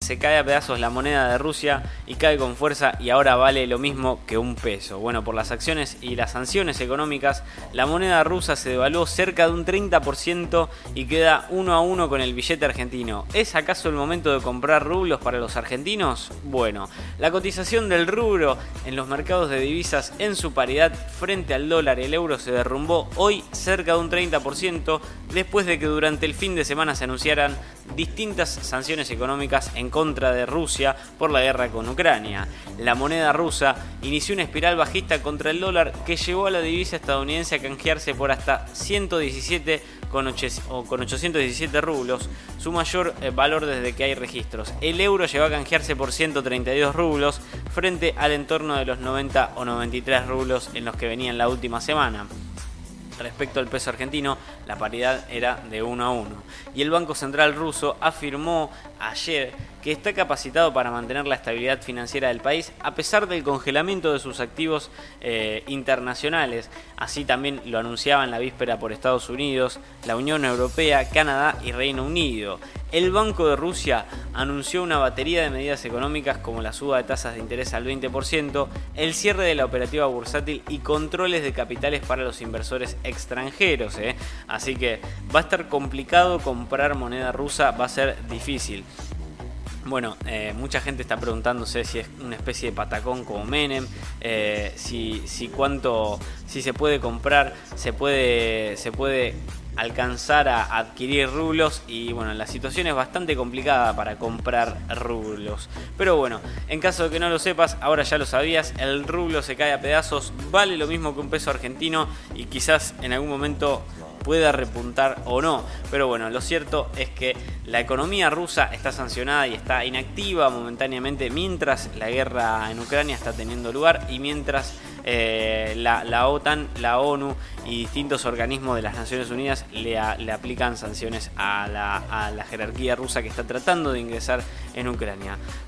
se cae a pedazos la moneda de Rusia y cae con fuerza y ahora vale lo mismo que un peso. Bueno, por las acciones y las sanciones económicas, la moneda rusa se devaluó cerca de un 30% y queda 1-1 con el billete argentino. ¿Es acaso el momento de comprar rublos para los argentinos? Bueno, la cotización del rublo en los mercados de divisas en su paridad frente al dólar y el euro se derrumbó hoy cerca de un 30% después de que durante el fin de semana se anunciaran distintas sanciones económicas en contra de Rusia por la guerra con Ucrania. La moneda rusa inició una espiral bajista contra el dólar que llevó a la divisa estadounidense a canjearse por hasta 117,817 rublos, su mayor valor desde que hay registros. El euro llegó a canjearse por 132 rublos frente al entorno de los 90 o 93 rublos en los que venía en la última semana. Respecto al peso argentino, la paridad era de 1-1. Y el Banco Central ruso afirmó ayer que está capacitado para mantener la estabilidad financiera del país a pesar del congelamiento de sus activos internacionales. Así también lo anunciaban la víspera por Estados Unidos, la Unión Europea, Canadá y Reino Unido. El Banco de Rusia anunció una batería de medidas económicas como la suba de tasas de interés al 20%, el cierre de la operativa bursátil y controles de capitales para los inversores extranjeros. Así que va a estar complicado comprar moneda rusa, va a ser difícil. Bueno, mucha gente está preguntándose si es una especie de patacón como Menem, si se puede comprar, se puede alcanzar a adquirir rublos y bueno, la situación es bastante complicada para comprar rublos. Pero bueno, en caso de que no lo sepas, ahora ya lo sabías, el rublo se cae a pedazos, vale lo mismo que un peso argentino y quizás en algún momento pueda repuntar o no, pero bueno, lo cierto es que la economía rusa está sancionada y está inactiva momentáneamente mientras la guerra en Ucrania está teniendo lugar y mientras la OTAN, la ONU y distintos organismos de las Naciones Unidas le aplican sanciones a la jerarquía rusa que está tratando de ingresar en Ucrania.